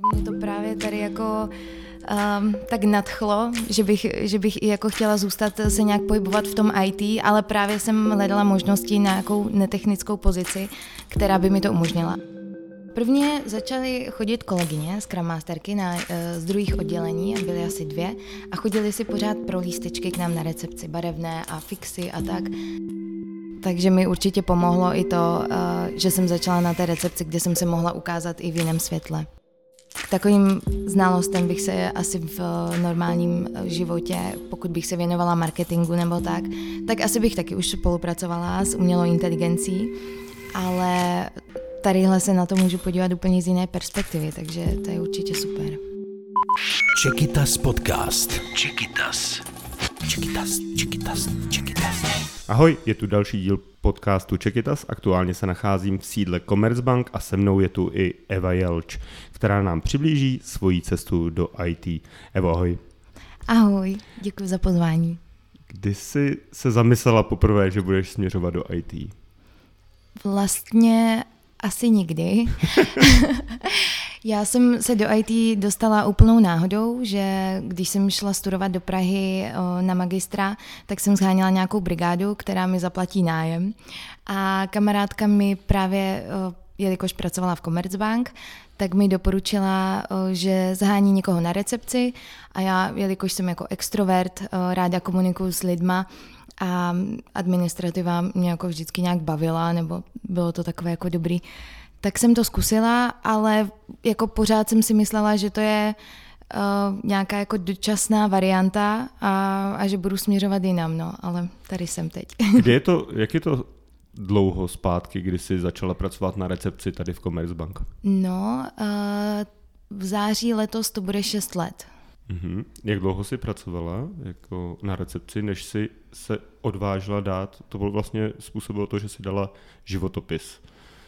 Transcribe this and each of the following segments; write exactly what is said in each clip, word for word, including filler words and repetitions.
Mě to právě tady jako um, tak nadchlo, že bych, že bych i jako chtěla zůstat se nějak pohybovat v tom í té, ale právě jsem hledala možnosti na nějakou netechnickou pozici, která by mi to umožnila. Prvně začaly chodit kolegyně, Scrum Masterky na, uh, z druhých oddělení, byly asi dvě, a chodili si pořád pro lístečky k nám na recepci, barevné a fixy a tak. Takže mi určitě pomohlo i to, uh, že jsem začala na té recepci, kde jsem se mohla ukázat i v jiném světle. K takovým znalostem bych se asi v normálním životě, pokud bych se věnovala marketingu nebo tak, tak asi bych taky už spolupracovala s umělou inteligencí, ale tadyhle se na to můžu podívat úplně z jiné perspektivy, takže to je určitě super. Čekytas podcast. Čekytas. Čekytas, Čekytas, Čekytas. Ahoj, je tu další díl podcastu Čekytas. Aktuálně se nacházím v sídle Commerzbank a se mnou je tu i Eva Jelč, která nám přiblíží svoji cestu do í té. Evo, ahoj. Ahoj, děkuji za pozvání. Kdy jsi se zamyslela poprvé, že budeš směřovat do í té? Vlastně asi nikdy. Já jsem se do í té dostala úplnou náhodou, že když jsem šla studovat do Prahy na magistra, tak jsem sháněla nějakou brigádu, která mi zaplatí nájem. A kamarádka mi právě, jelikož pracovala v Commerzbank, tak mi doporučila, že zahání někoho na recepci a já, jelikož jsem jako extrovert, ráda komunikuju s lidma, a administrativa mě jako vždycky nějak bavila, nebo bylo to takové jako dobrý, tak jsem to zkusila, ale jako pořád jsem si myslela, že to je uh, nějaká jako dočasná varianta a, a že budu směřovat jinam, no, ale tady jsem teď. Kdy je to, jak je to dlouho zpátky, kdy jsi začala pracovat na recepci tady v Commerzbank? No, uh, v září letos to bude šest let. Mm-hmm. Jak dlouho jsi pracovala jako na recepci, než jsi se odvážila dát, to bylo vlastně způsobilo to, že jsi dala životopis?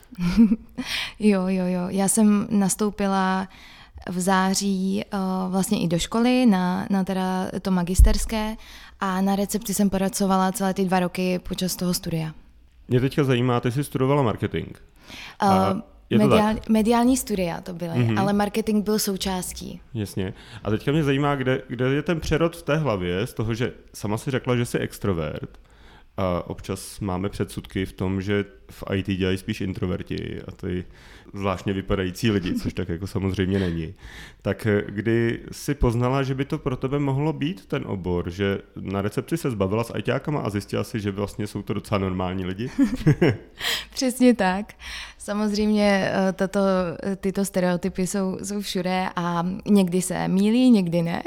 jo, jo, jo. Já jsem nastoupila v září uh, vlastně i do školy, na, na teda to magisterské, a na recepci jsem pracovala celé ty dva roky počas toho studia. Mě teďka zajímá, ty jsi studovala marketing. Uh, Mediál, mediální studia to byly, mm-hmm. ale marketing byl součástí. Jasně. A teďka mě zajímá, kde, kde je ten přerod v té hlavě z toho, že sama si řekla, že jsi extrovert a občas máme předsudky v tom, že v í té dělají spíš introverti a ty zvláštně vypadající lidi, což tak jako samozřejmě není. Tak kdy jsi poznala, že by to pro tebe mohlo být ten obor, že na recepci se zbavila s ajťákama a zjistila si, že vlastně jsou to docela normální lidi? Přesně tak. Samozřejmě tato, tyto stereotypy jsou, jsou všude a někdy se mýlí, někdy ne.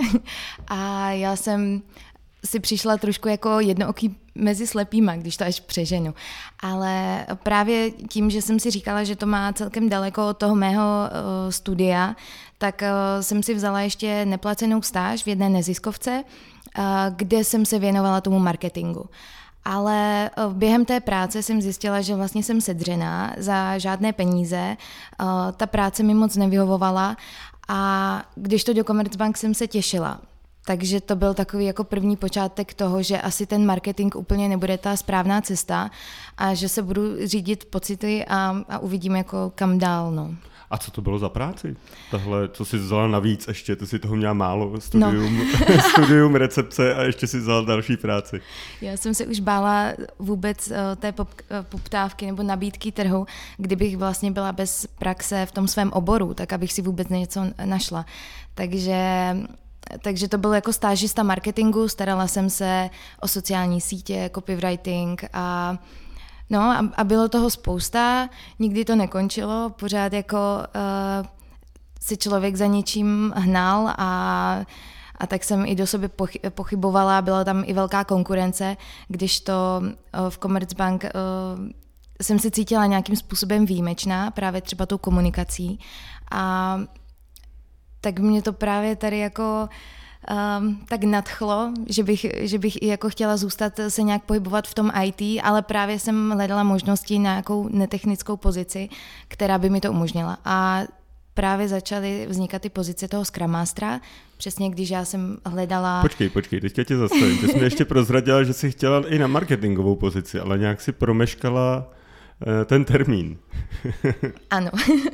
A já jsem si přišla trošku jako jednooký mezi slepýma, když to až přeženu. Ale právě tím, že jsem si říkala, že to má celkem daleko od toho mého uh, studia, tak uh, jsem si vzala ještě neplacenou stáž v jedné neziskovce, uh, kde jsem se věnovala tomu marketingu. Ale uh, během té práce jsem zjistila, že vlastně jsem sedřená za žádné peníze, uh, ta práce mi moc nevyhovovala a když to do Commerzbank jsem se těšila. Takže to byl takový jako první počátek toho, že asi ten marketing úplně nebude ta správná cesta a že se budu řídit pocity a, a uvidím jako kam dál. No. A co to bylo za práci? Tohle, co jsi vzala navíc ještě, to si toho měla málo, studium, no. studium recepce a ještě si vzala další práci. Já jsem se už bála vůbec uh, té pop, uh, poptávky nebo nabídky trhu, kdybych vlastně byla bez praxe v tom svém oboru, tak abych si vůbec něco našla. Takže... Takže to byl jako stážista marketingu, starala jsem se o sociální sítě, copywriting a, no, a, a bylo toho spousta, nikdy to nekončilo, pořád jako uh, si člověk za něčím hnal a, a tak jsem i do sebe pochybovala, byla tam i velká konkurence, když to uh, v Commerzbank uh, jsem se cítila nějakým způsobem výjimečná, právě třeba tou komunikací a tak mě to právě tady jako um, tak nadchlo, že bych, že bych i jako chtěla zůstat se nějak pohybovat v tom í té, ale právě jsem hledala možnosti na nějakou netechnickou pozici, která by mi to umožnila. A právě začaly vznikat ty pozice toho Scrum Mastera, přesně když já jsem hledala... Počkej, počkej, teďka tě zastavím. Ty jsi mi ještě prozradila, že jsi chtěla i na marketingovou pozici, ale nějak si promeškala ten termín. Ano,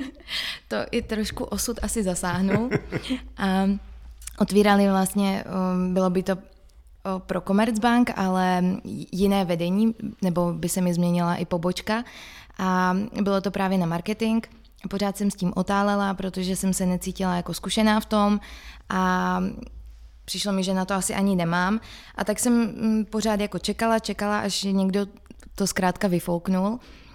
to i trošku osud asi zasáhnul. A otvírali vlastně, bylo by to pro Commerzbank, ale jiné vedení, nebo by se mi změnila i pobočka. A bylo to právě na marketing. Pořád jsem s tím otálela, protože jsem se necítila jako zkušená v tom a přišlo mi, že na to asi ani nemám. A tak jsem pořád jako čekala, čekala, až někdo to zkrátka vyfouknul.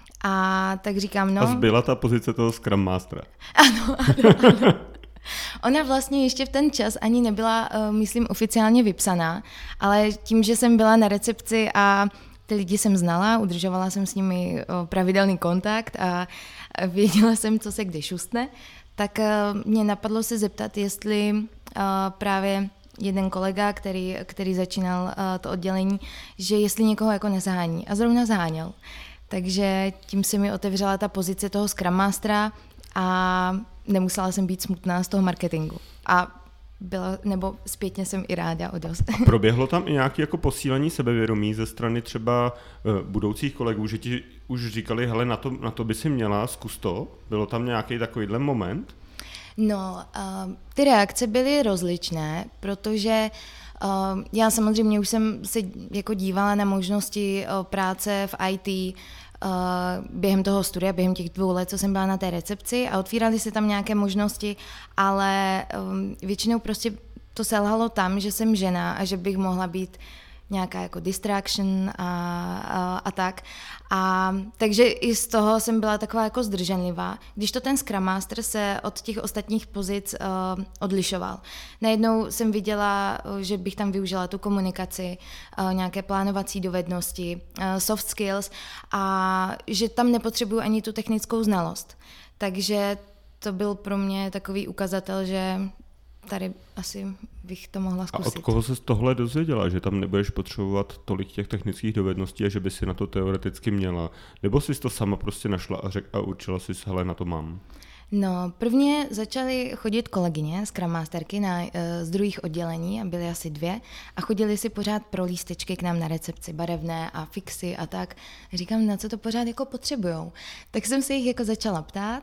A tak říkám, no... A zbyla ta pozice toho Scrum Mastera. Ano, ano, ano. Ona vlastně ještě v ten čas ani nebyla, myslím, oficiálně vypsaná, ale tím, že jsem byla na recepci a ty lidi jsem znala, udržovala jsem s nimi pravidelný kontakt a věděla jsem, co se kdy šustne, tak mě napadlo se zeptat, jestli právě jeden kolega, který, který začínal to oddělení, že jestli někoho jako nezahání. A zrovna zaháněl. Takže tím se mi otevřela ta pozice toho Scrum Mastera a nemusela jsem být smutná z toho marketingu. A byla, nebo zpětně jsem i ráda o dost. A proběhlo tam i nějaké jako posílení sebevědomí ze strany třeba uh, budoucích kolegů, že ti už říkali, hele, na to, na to by si měla, zkus to? Bylo tam nějaký takovýhle moment? No, uh, ty reakce byly rozličné, protože uh, já samozřejmě už jsem se jako dívala na možnosti uh, práce v í té uh, během toho studia, během těch dvou let, co jsem byla na té recepci a otvíraly se tam nějaké možnosti, ale um, většinou prostě to selhalo tam, že jsem žena a že bych mohla být nějaká jako distraction a, a, a tak. A, takže i z toho jsem byla taková jako zdrženlivá. Když to ten Scrum Master se od těch ostatních pozic uh, odlišoval. Najednou jsem viděla, že bych tam využila tu komunikaci, uh, nějaké plánovací dovednosti, uh, soft skills a že tam nepotřebuju ani tu technickou znalost. Takže to byl pro mě takový ukazatel, že tady asi bych to mohla zkusit. A od koho se tohle dozvěděla, že tam nebudeš potřebovat tolik těch technických dovedností a že by si na to teoreticky měla? Nebo jsi to sama prostě našla a, řek, a určila si, hele, na to mám? No, prvně začaly chodit kolegyně, Scrum Masterky na, uh, z druhých oddělení a byly asi dvě a chodili si pořád pro lístečky k nám na recepci, barevné a fixy a tak. Říkám, na co to pořád jako potřebujou. Tak jsem se jich jako začala ptát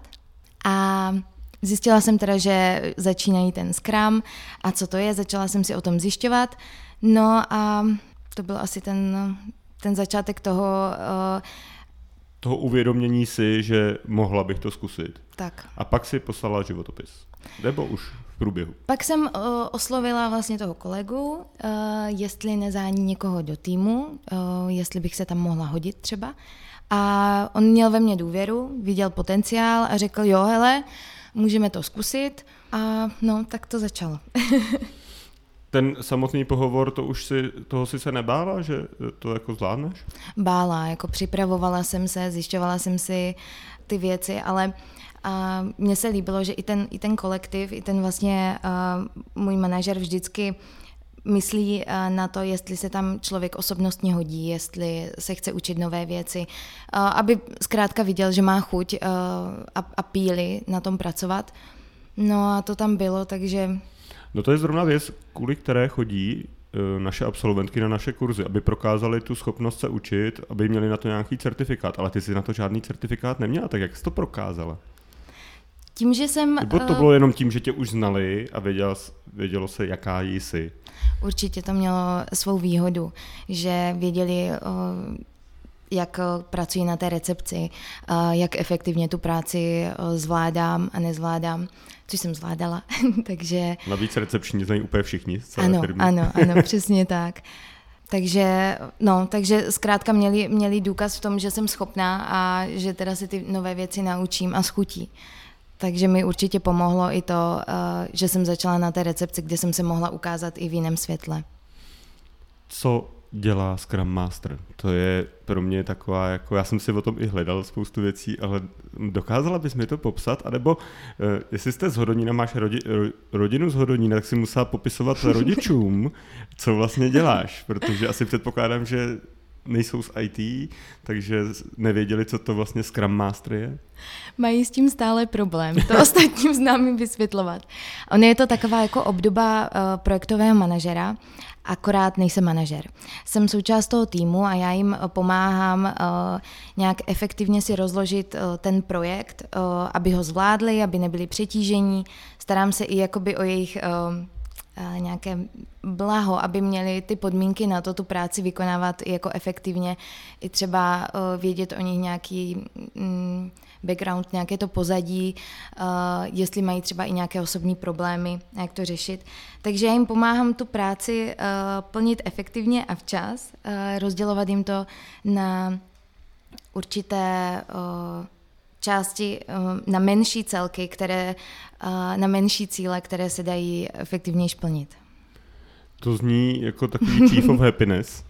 a zjistila jsem teda, že začínají ten Scrum a co to je, začala jsem si o tom zjišťovat. No a to byl asi ten, ten začátek toho... Uh, toho uvědomění si, že mohla bych to zkusit. Tak. A pak si poslala životopis. Nebo už v průběhu? Pak jsem uh, oslovila vlastně toho kolegu, uh, jestli nezání někoho do týmu, uh, jestli bych se tam mohla hodit třeba. A on měl ve mně důvěru, viděl potenciál a řekl, jo, hele, můžeme to zkusit a no, tak to začalo. Ten samotný pohovor, to už si, toho si se nebála, že to jako zvládneš? Bála, jako připravovala jsem se, zjišťovala jsem si ty věci, ale a mně se líbilo, že i ten, i ten kolektiv, i ten vlastně uh, můj manažer vždycky myslí uh, na to, jestli se tam člověk osobnostně hodí, jestli se chce učit nové věci, uh, aby zkrátka viděl, že má chuť uh, a, a píli na tom pracovat. No a to tam bylo, takže... No to je zrovna věc, kvůli které chodí naše absolventky na naše kurzy, aby prokázali tu schopnost se učit, aby měli na to nějaký certifikát, ale ty jsi na to žádný certifikát neměla, tak jak jsi to prokázala? Tím, že jsem... Nebo to bylo jenom tím, že tě už znali a vědělo, vědělo se, jaká jsi? Určitě to mělo svou výhodu, že věděli, jak pracuji na té recepci, jak efektivně tu práci zvládám a nezvládám, což jsem zvládala, takže... Navíc recepční znají úplně všichni z celé ano, firmy. Ano, ano, přesně tak. Takže, no, takže zkrátka měli, měli důkaz v tom, že jsem schopná a že teda si ty nové věci naučím a schutí. Takže mi určitě pomohlo i to, že jsem začala na té recepci, kde jsem se mohla ukázat i v jiném světle. Co dělá Scrum Master? To je pro mě taková, jako já jsem si o tom i hledal spoustu věcí, ale dokázala bys mi to popsat? A nebo uh, jestli jste z Hodonína, máš rodi, ro, rodinu z Hodonína, tak si musela popisovat rodičům, co vlastně děláš, protože asi předpokládám, že nejsou z í té, takže nevěděli, co to vlastně Scrum Master je? Mají s tím stále problém, to ostatním známým vysvětlovat. On je to taková jako obdoba uh, projektového manažera, akorát nejsem manažer. Jsem součást toho týmu a já jim pomáhám uh, nějak efektivně si rozložit uh, ten projekt, uh, aby ho zvládli, aby nebyli přetížení. Starám se i jakoby o jejich uh, uh, nějaké blaho, aby měli ty podmínky na to tu práci vykonávat i jako efektivně. I třeba uh, vědět o nich nějaký mm, background, nějaké to pozadí, uh, jestli mají třeba i nějaké osobní problémy, jak to řešit. Takže já jim pomáhám tu práci uh, plnit efektivně a včas, uh, rozdělovat jim to na určité uh, části, uh, na menší celky, které, uh, na menší cíle, které se dají efektivněji plnit. To zní jako takový chief of happiness.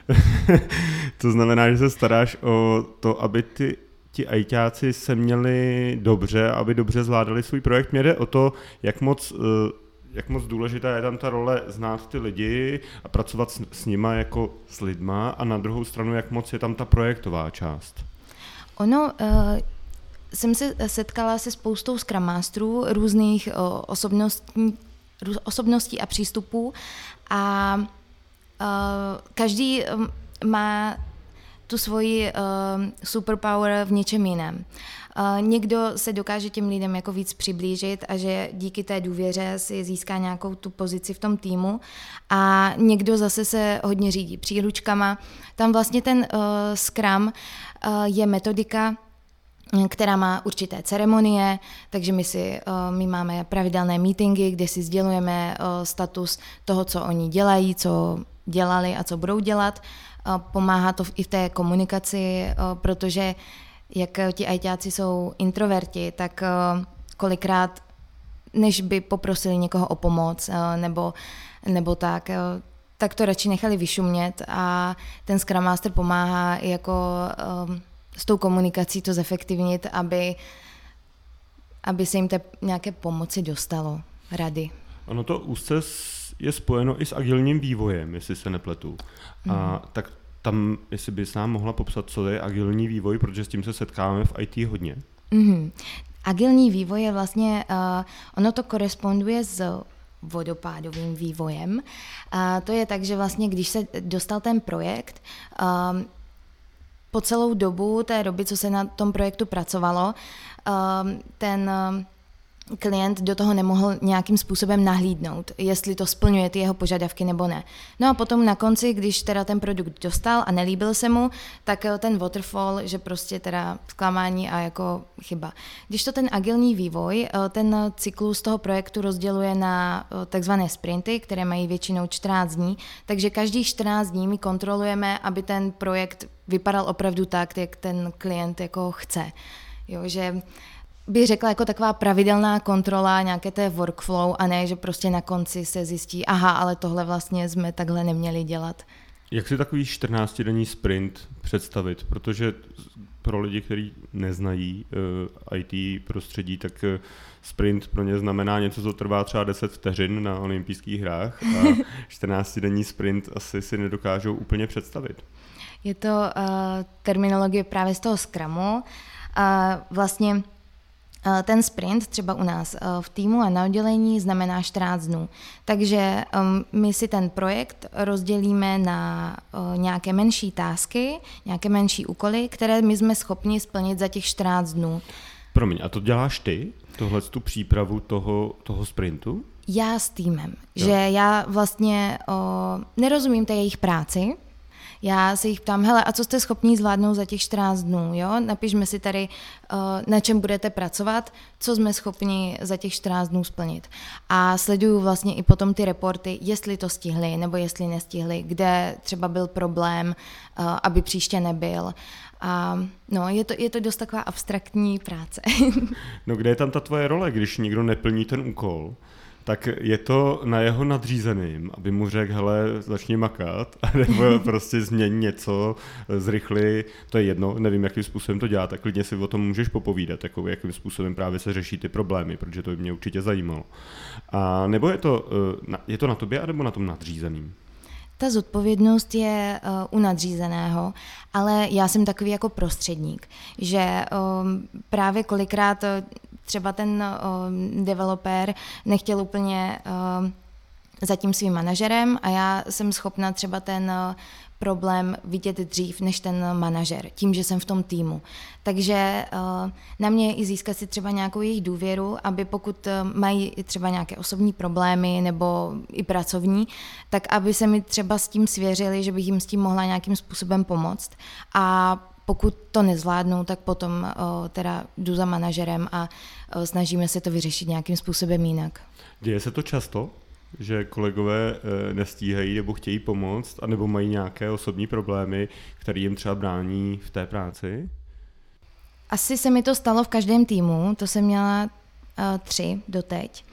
To znamená, že se staráš o to, aby ty ti ajťáci se měli dobře, aby dobře zvládali svůj projekt. Mě jde o to, jak moc, jak moc důležitá je tam ta role znát ty lidi a pracovat s, s nima jako s lidma a na druhou stranu, jak moc je tam ta projektová část. Ono, uh, jsem se setkala se spoustou Scrum Masterů, různých uh, osobností, růz, osobností a přístupů a uh, každý um, má tu svoji uh, superpower v něčem jiném. Uh, někdo se dokáže těm lidem jako víc přiblížit a že díky té důvěře si získá nějakou tu pozici v tom týmu a někdo zase se hodně řídí příručkama. Tam vlastně ten uh, Scrum uh, je metodika, která má určité ceremonie, takže my, si, uh, my máme pravidelné meetingy, kde si sdělujeme uh, status toho, co oni dělají, co dělali a co budou dělat. Pomáhá to i v té komunikaci, protože jak ti ajťáci jsou introverti, tak kolikrát, než by poprosili někoho o pomoc nebo, nebo tak, tak to radši nechali vyšumět a ten Scrum Master pomáhá i jako s tou komunikací to zefektivnit, aby, aby se jim té nějaké pomoci dostalo, rady. Ono to úzce je spojeno i s agilním vývojem, jestli se nepletu. Mm. A tak tam, jestli bys nám mohla popsat, co je agilní vývoj, protože s tím se setkáváme v í té hodně. Mm. Agilní vývoj je vlastně, uh, ono to koresponduje s vodopádovým vývojem. Uh, to je tak, že vlastně, když se dostal ten projekt, uh, po celou dobu té doby, co se na tom projektu pracovalo, uh, ten... Uh, klient do toho nemohl nějakým způsobem nahlídnout, jestli to splňuje ty jeho požadavky nebo ne. No a potom na konci, když teda ten produkt dostal a nelíbil se mu, tak ten waterfall, že prostě teda zklamání a jako chyba. Když to ten agilní vývoj, ten cyklus toho projektu rozděluje na takzvané sprinty, které mají většinou čtrnáct dní, takže každých čtrnáct dní my kontrolujeme, aby ten projekt vypadal opravdu tak, jak ten klient jako chce. Jo, že bych řekla jako taková pravidelná kontrola nějaké té workflow a ne, že prostě na konci se zjistí, aha, ale tohle vlastně jsme takhle neměli dělat. Jak si takový čtrnáctidenní sprint představit? Protože pro lidi, kteří neznají uh, í té prostředí, tak uh, sprint pro ně znamená něco, co trvá třeba deset vteřin na olympijských hrách a čtrnáctidenní sprint asi si nedokážou úplně představit. Je to uh, terminologie právě z toho Scrumu. Uh, vlastně ten sprint třeba u nás v týmu a na oddělení znamená čtrnáct dnů. Takže my si ten projekt rozdělíme na nějaké menší tásky, nějaké menší úkoly, které my jsme schopni splnit za těch čtrnáct dnů. Promiň, a to děláš ty? Tohle tu přípravu toho, toho sprintu? Já s týmem. Jo. Že já vlastně o, nerozumím té jejich práci. Já se jich ptám, hele, a co jste schopní zvládnout za těch čtrnáct dnů, jo? Napišme si tady, na čem budete pracovat, co jsme schopni za těch čtrnáct dnů splnit. A sleduju vlastně i potom ty reporty, jestli to stihli, nebo jestli nestihli, kde třeba byl problém, aby příště nebyl. A no, je to, je to dost taková abstraktní práce. No, kde je tam ta tvoje role, když nikdo neplní ten úkol? Tak je to na jeho nadřízeným, aby mu řekl, hele, začni makat, nebo prostě změň něco, zrychli, to je jedno, nevím, jakým způsobem to dělá, tak klidně si o tom můžeš popovídat, jako jakým způsobem právě se řeší ty problémy, protože to by mě určitě zajímalo. A nebo je to, je to na tobě, anebo na tom nadřízeným? ta zodpovědnost je uh, u nadřízeného, ale já jsem takový jako prostředník, že um, právě kolikrát uh, třeba ten uh, developer nechtěl úplně uh, za tím svým manažerem a já jsem schopna třeba ten uh, problém vidět dřív než ten manažer, tím, že jsem v tom týmu. Takže uh, na mě je i získat si třeba nějakou jejich důvěru, aby pokud uh, mají třeba nějaké osobní problémy nebo i pracovní, tak aby se mi třeba s tím svěřili, že bych jim s tím mohla nějakým způsobem pomoct. A pokud to nezvládnou, tak potom uh, teda jdu za manažerem a uh, snažíme se to vyřešit nějakým způsobem jinak. Děje se to často? Že kolegové nestíhají nebo chtějí pomoct, anebo mají nějaké osobní problémy, které jim třeba brání v té práci? Asi se mi to stalo v každém týmu, to jsem měla uh, tři doteď,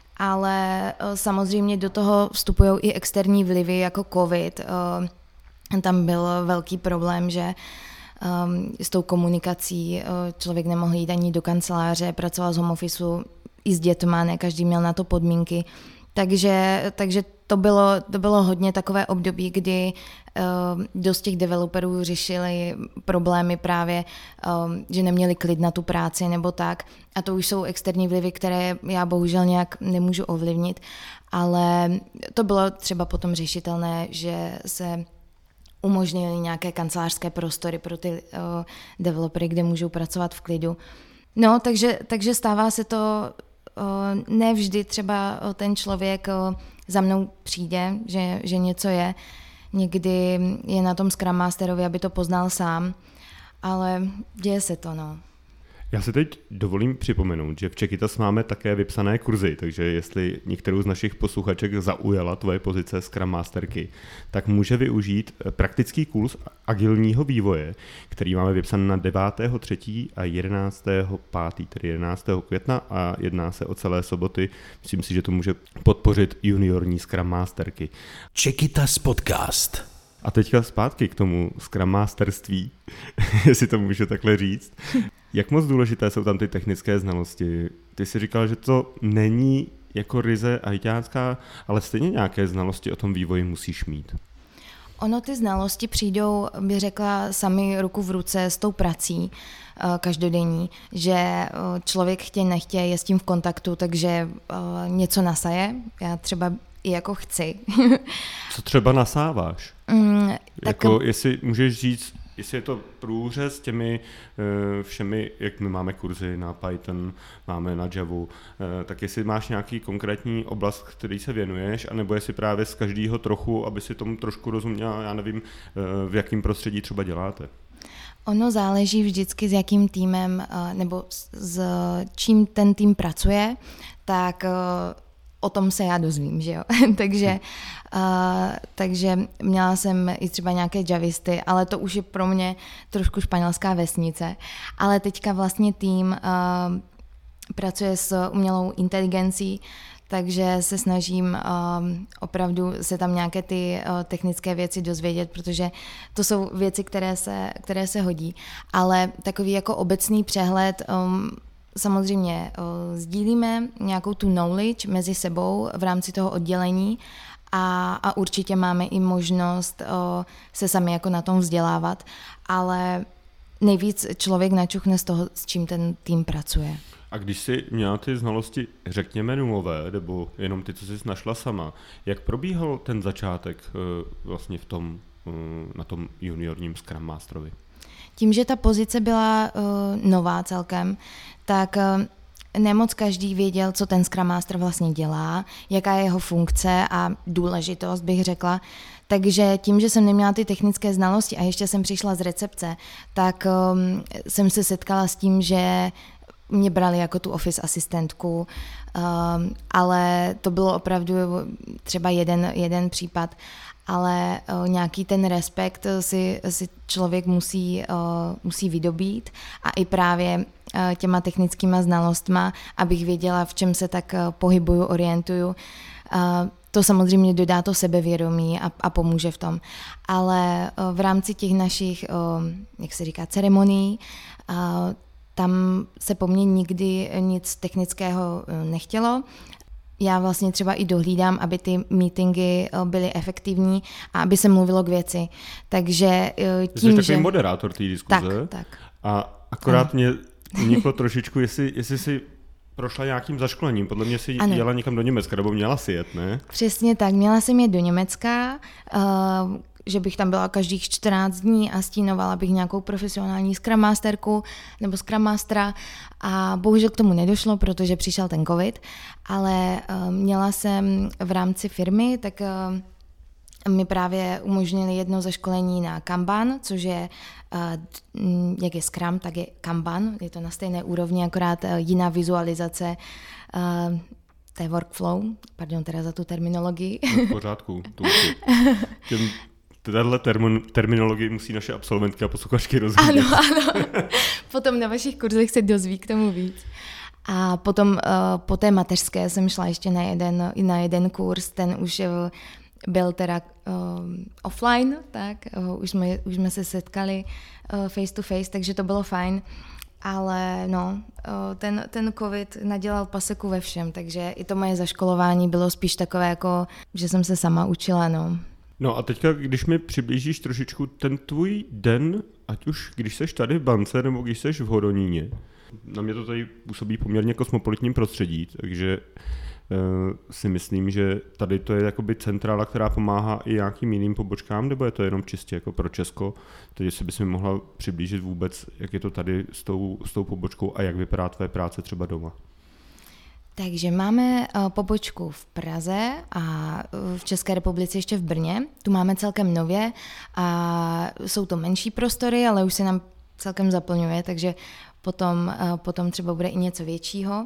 ale uh, samozřejmě do toho vstupují i externí vlivy jako covid. Uh, tam byl velký problém, že um, s tou komunikací uh, člověk nemohl jít ani do kanceláře, pracoval z home officeu i s dětma, ne každý měl na to podmínky. Takže, takže to, bylo, to bylo hodně takové období, kdy uh, dost těch developerů řešili problémy právě, um, že neměli klid na tu práci nebo tak. A to už jsou externí vlivy, které já bohužel nějak nemůžu ovlivnit, ale to bylo třeba potom řešitelné, že se umožnili nějaké kancelářské prostory pro ty uh, developery, kde můžou pracovat v klidu. No, takže, takže stává se to. Ne vždy třeba ten člověk za mnou přijde, že, že něco je. Někdy je na tom Scrum Masterovi, aby to poznal sám, ale děje se to, no. Já si teď dovolím připomenout, že v Čekytas máme také vypsané kurzy, takže jestli některou z našich posluchaček zaujala tvoje pozice Scrum Masterky, tak může využít praktický kurz agilního vývoje, který máme vypsaný na devátého třetího a jedenáctého pátého tedy jedenáctého května a jedná se o celé soboty. Myslím si, že to může podpořit juniorní Scrum Masterky. Čekytas podcast. A teďka zpátky k tomu Scrum Masterství, jestli to můžu takhle říct. Jak moc důležité jsou tam ty technické znalosti? Ty jsi říkal, že to není jako ryze ajťácká, ale stejně nějaké znalosti o tom vývoji musíš mít. Ono ty znalosti přijdou, bych řekla, sami ruku v ruce s tou prací každodenní, že člověk chtě nechtě je s tím v kontaktu, takže něco nasaje. Já třeba i jako chci. Co třeba nasáváš? Mm, tak... Jako, jestli můžeš říct, jestli je to průřez s těmi uh, všemi, jak my máme kurzy na Python, máme na Javu, uh, tak jestli máš nějaký konkrétní oblast, který se věnuješ, anebo jestli právě z každého trochu, aby si tomu trošku rozuměla, já nevím, uh, v jakém prostředí třeba děláte. Ono záleží vždycky, s jakým týmem, uh, nebo s, s čím ten tým pracuje, tak uh, o tom se já dozvím, že jo. takže, uh, takže měla jsem i třeba nějaké javisty, ale to už je pro mě trošku španělská vesnice. Ale teďka vlastně tým uh, pracuje s umělou inteligencí, takže se snažím uh, opravdu se tam nějaké ty uh, technické věci dozvědět, protože to jsou věci, které se, které se hodí. Ale takový jako obecný přehled, um, samozřejmě uh, sdílíme nějakou tu knowledge mezi sebou v rámci toho oddělení a, a určitě máme i možnost uh, se sami jako na tom vzdělávat, ale nejvíc člověk načuchne z toho, s čím ten tým pracuje. A když jsi měla ty znalosti, řekněme nulové, nebo jenom ty, co jsi našla sama, jak probíhal ten začátek uh, vlastně v tom, uh, na tom juniorním Scrum Masterovi? Tím, že ta pozice byla uh, nová celkem, tak uh, nemoc každý věděl, co ten Scrum Master vlastně dělá, jaká je jeho funkce a důležitost, bych řekla. Takže tím, že jsem neměla ty technické znalosti a ještě jsem přišla z recepce, tak um, jsem se setkala s tím, že mě brali jako tu office asistentku, um, ale to bylo opravdu třeba jeden, jeden případ, ale uh, nějaký ten respekt si, si člověk musí, uh, musí vydobít a i právě uh, těma technickýma znalostma, abych věděla, v čem se tak uh, pohybuju, orientuju. Uh, to samozřejmě dodá to sebevědomí a, a pomůže v tom. Ale uh, v rámci těch našich, uh, jak se říká, ceremonií, uh, tam se po mně nikdy nic technického nechtělo. já vlastně třeba i dohlídám, aby ty meetingy byly efektivní a aby se mluvilo k věci. Takže tím, jsi takový že... moderátor té diskuze. Tak, tak. A akorát mě uniklo trošičku, jestli, jestli si prošla nějakým zaškolením. Podle mě si ano. jela někam do Německa, nebo měla si jet, ne? Přesně tak, měla jsem jet do Německa, uh, že bych tam byla každých čtrnáct dní a stínovala bych nějakou profesionální Scrum Masterku nebo Scrum Mastera a bohužel k tomu nedošlo, protože přišel ten covid, ale uh, měla jsem v rámci firmy, tak uh, mi právě umožnili jedno zaškolení na Kanban, což je, uh, jak je Scrum, tak je Kanban, je to na stejné úrovni, akorát uh, jiná vizualizace, uh, to je workflow, pardon teda za tu terminologii. No, v pořádku, tu těm Tahle termin, terminologii musí naše absolventky a posluchačky rozumět. Ano, ano. Potom na vašich kurzech se dozví k tomu víc. A potom uh, po té mateřské jsem šla ještě na jeden, na jeden kurz, ten už uh, byl teda uh, offline, tak uh, už, jsme, už jsme se setkali uh, face to face, takže to bylo fajn. Ale no, uh, ten, ten covid nadělal paseku ve všem, takže i to moje zaškolování bylo spíš takové jako, že jsem se sama učila, no. No a teďka, když mi přiblížíš trošičku ten tvůj den, ať už když seš tady v bance, nebo když seš v Hodoníně, na mě to tady působí poměrně kosmopolitním prostředí, takže uh, si myslím, že tady to je jakoby centrála, která pomáhá i nějakým jiným pobočkám, nebo je to jenom čistě jako pro Česko, takže si bys mi mohla přiblížit vůbec, jak je to tady s tou, s tou pobočkou a jak vypadá tvé práce třeba doma. Takže máme uh, pobočku v Praze a uh, v České republice ještě v Brně. Tu máme celkem nově a jsou to menší prostory, ale už se nám celkem zaplňuje, takže potom, uh, potom třeba bude i něco většího.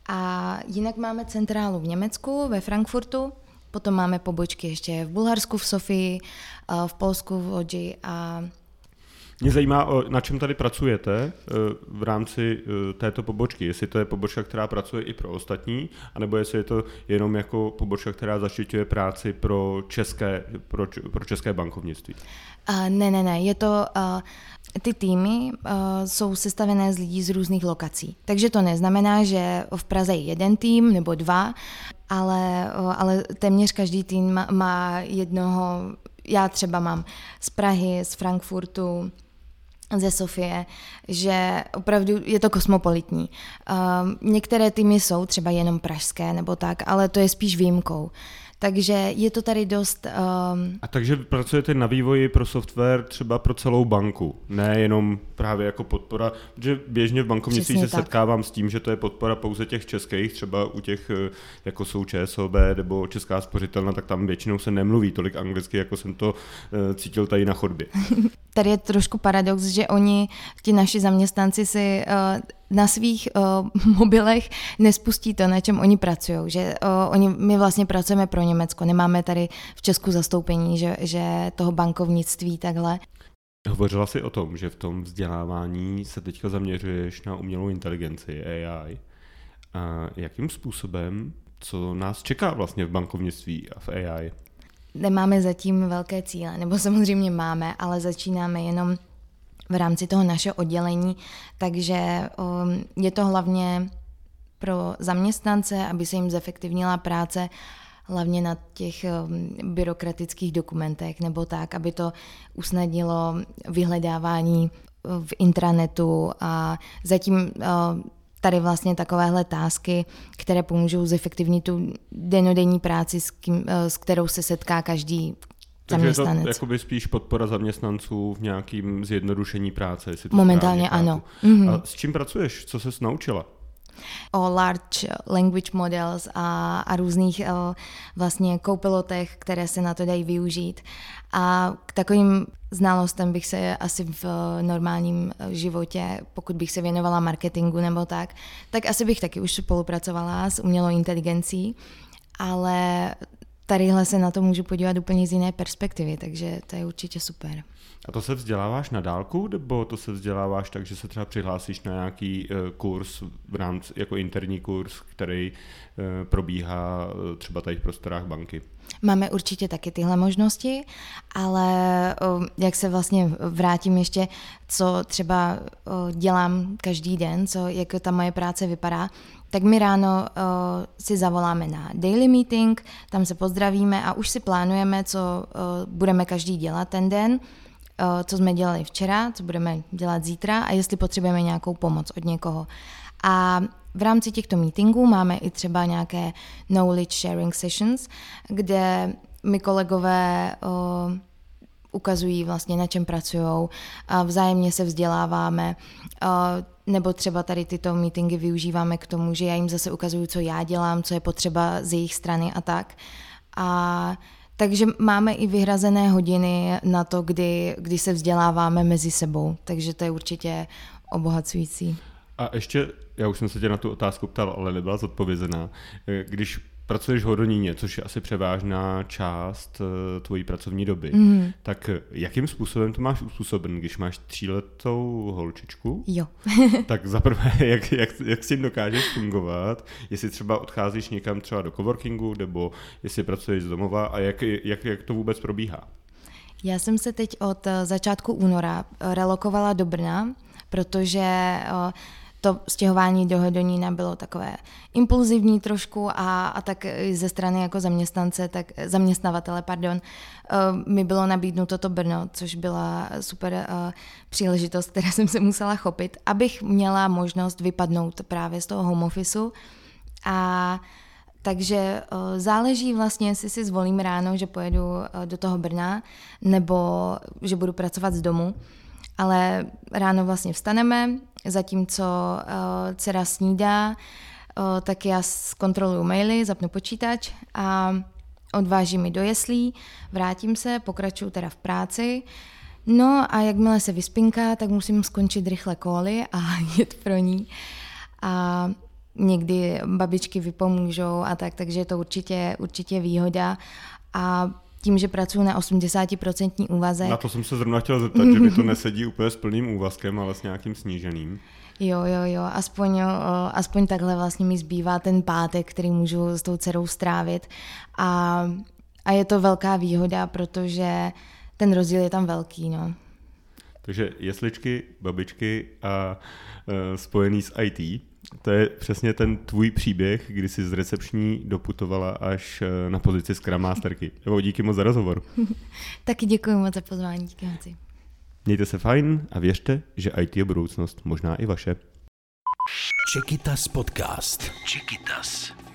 A jinak máme centrálu v Německu, ve Frankfurtu, potom máme pobočky ještě v Bulharsku, v Sofii, uh, v Polsku, v Lodži a... Mě zajímá, na čem tady pracujete v rámci této pobočky. Jestli to je pobočka, která pracuje i pro ostatní, anebo jestli je to jenom jako pobočka, která zaštiťuje práci pro české, pro, pro české bankovnictví. Uh, ne, ne, ne. Je to... Uh, ty týmy uh, jsou sestavené z lidí z různých lokací. Takže to neznamená, že v Praze je jeden tým nebo dva, ale, uh, ale téměř každý tým má, má jednoho... Já třeba mám z Prahy, z Frankfurtu, ze Sofie, že opravdu je to kosmopolitní. Uh, některé týmy jsou třeba jenom pražské nebo tak, ale to je spíš výjimkou. Takže je to tady dost... Um... A takže pracujete na vývoji pro software třeba pro celou banku, ne jenom právě jako podpora, protože běžně v bankovnictví se tak setkávám s tím, že to je podpora pouze těch českých, třeba u těch, jako jsou ČSOB nebo Česká spořitelna, tak tam většinou se nemluví tolik anglicky, jako jsem to uh, cítil tady na chodbě. Tady je trošku paradox, že oni, ti naši zaměstnanci si uh, na svých uh, mobilech nespustí to, na čem oni pracují. Že uh, oni, my vlastně pracujeme pro Německo, nemáme tady v Česku zastoupení, že, že toho bankovnictví takhle. Hovořila jsi o tom, že v tom vzdělávání se teďka zaměřuješ na umělou inteligenci, A I. A jakým způsobem, co nás čeká vlastně v bankovnictví a v A I? Nemáme zatím velké cíle, nebo samozřejmě máme, ale začínáme jenom v rámci toho našeho oddělení, takže um, je to hlavně pro zaměstnance, aby se jim zefektivnila práce, hlavně na těch um, byrokratických dokumentech, nebo tak, aby to usnadnilo vyhledávání v intranetu a zatím uh, tady vlastně takovéhle tásky, které pomůžou zefektivnit tu denodenní práci, s, kým, s kterou se setká každý zaměstnanec. Takže je to jakoby spíš podpora zaměstnanců v nějakým zjednodušení práce? Jestli to momentálně ano. Mm-hmm. A s čím pracuješ? Co ses naučila? O large language models a, a různých o, vlastně co-pilotech, které se na to dají využít. A k takovým znalostem bych se asi v normálním životě, pokud bych se věnovala marketingu nebo tak, tak asi bych taky už spolupracovala s umělou inteligencí, ale tadyhle se na to můžu podívat úplně z jiné perspektivy, takže to je určitě super. A to se vzděláváš na dálku, nebo to se vzděláváš tak, že se třeba přihlásíš na nějaký uh, kurz v rámci, jako interní kurz, který uh, probíhá uh, třeba tady v prostorách banky? Máme určitě taky tyhle možnosti, ale uh, jak se vlastně vrátím ještě, co třeba uh, dělám každý den, co, jak ta moje práce vypadá, tak my ráno uh, si zavoláme na daily meeting, tam se pozdravíme a už si plánujeme, co uh, budeme každý dělat ten den, uh, co jsme dělali včera, co budeme dělat zítra a jestli potřebujeme nějakou pomoc od někoho. A v rámci těchto meetingů máme i třeba nějaké knowledge sharing sessions, kde my kolegové uh, ukazují vlastně, na čem pracujou, a vzájemně se vzděláváme, nebo třeba tady tyto meetingy využíváme k tomu, že já jim zase ukazuju, co já dělám, co je potřeba z jejich strany a tak. A takže máme i vyhrazené hodiny na to, kdy, kdy se vzděláváme mezi sebou, takže to je určitě obohacující. A ještě, já už jsem se tě na tu otázku ptal, ale nebyla zodpovězená. Když pracuješ v Hodoníně, což je asi převážná část tvojí pracovní doby, mm. tak jakým způsobem to máš uspůsoben, když máš tříletou holčičku? Jo. Tak zaprvé, jak, jak, jak s tím dokážeš fungovat, jestli třeba odcházíš někam třeba do coworkingu, nebo jestli pracuješ z domova a jak, jak, jak to vůbec probíhá? Já jsem se teď od začátku února relokovala do Brna, protože to stěhování do Hodonína bylo takové impulzivní trošku a, a tak ze strany jako zaměstnance, tak zaměstnavatele, pardon, mi bylo nabídnuto to Brno, což byla super příležitost, které jsem se musela chopit, abych měla možnost vypadnout právě z toho home officeu. A takže záleží vlastně, jestli si zvolím ráno, že pojedu do toho Brna, nebo že budu pracovat z domu. Ale ráno vlastně vstaneme, zatímco uh, dcera snídá, uh, tak já zkontroluju maily, zapnu počítač a odvážím ji do jeslí, vrátím se, pokračuju teda v práci. No a jakmile se vyspinká, tak musím skončit rychle kóly a jet pro ní. A někdy babičky vypomůžou a tak, takže je to určitě, určitě výhoda. A tím, že pracuji na osmdesát procent úvazek. Na to jsem se zrovna chtěla zeptat, že mi to nesedí úplně s plným úvazkem, ale s nějakým sníženým. Jo, jo, jo, aspoň, jo, aspoň takhle vlastně mi zbývá ten pátek, který můžu s tou dcerou strávit. A, a je to velká výhoda, protože ten rozdíl je tam velký, no. Takže jesličky, babičky a e, spojený s í té, to je přesně ten tvůj příběh, kdy jsi z recepční doputovala až na pozici Scrum Masterky. Jo, díky moc za rozhovor. Taky děkuji moc za pozvání, díky moc. Mějte se fajn a věřte, že í té je budoucnost, možná i vaše. Čekytas podcast. Čekytas.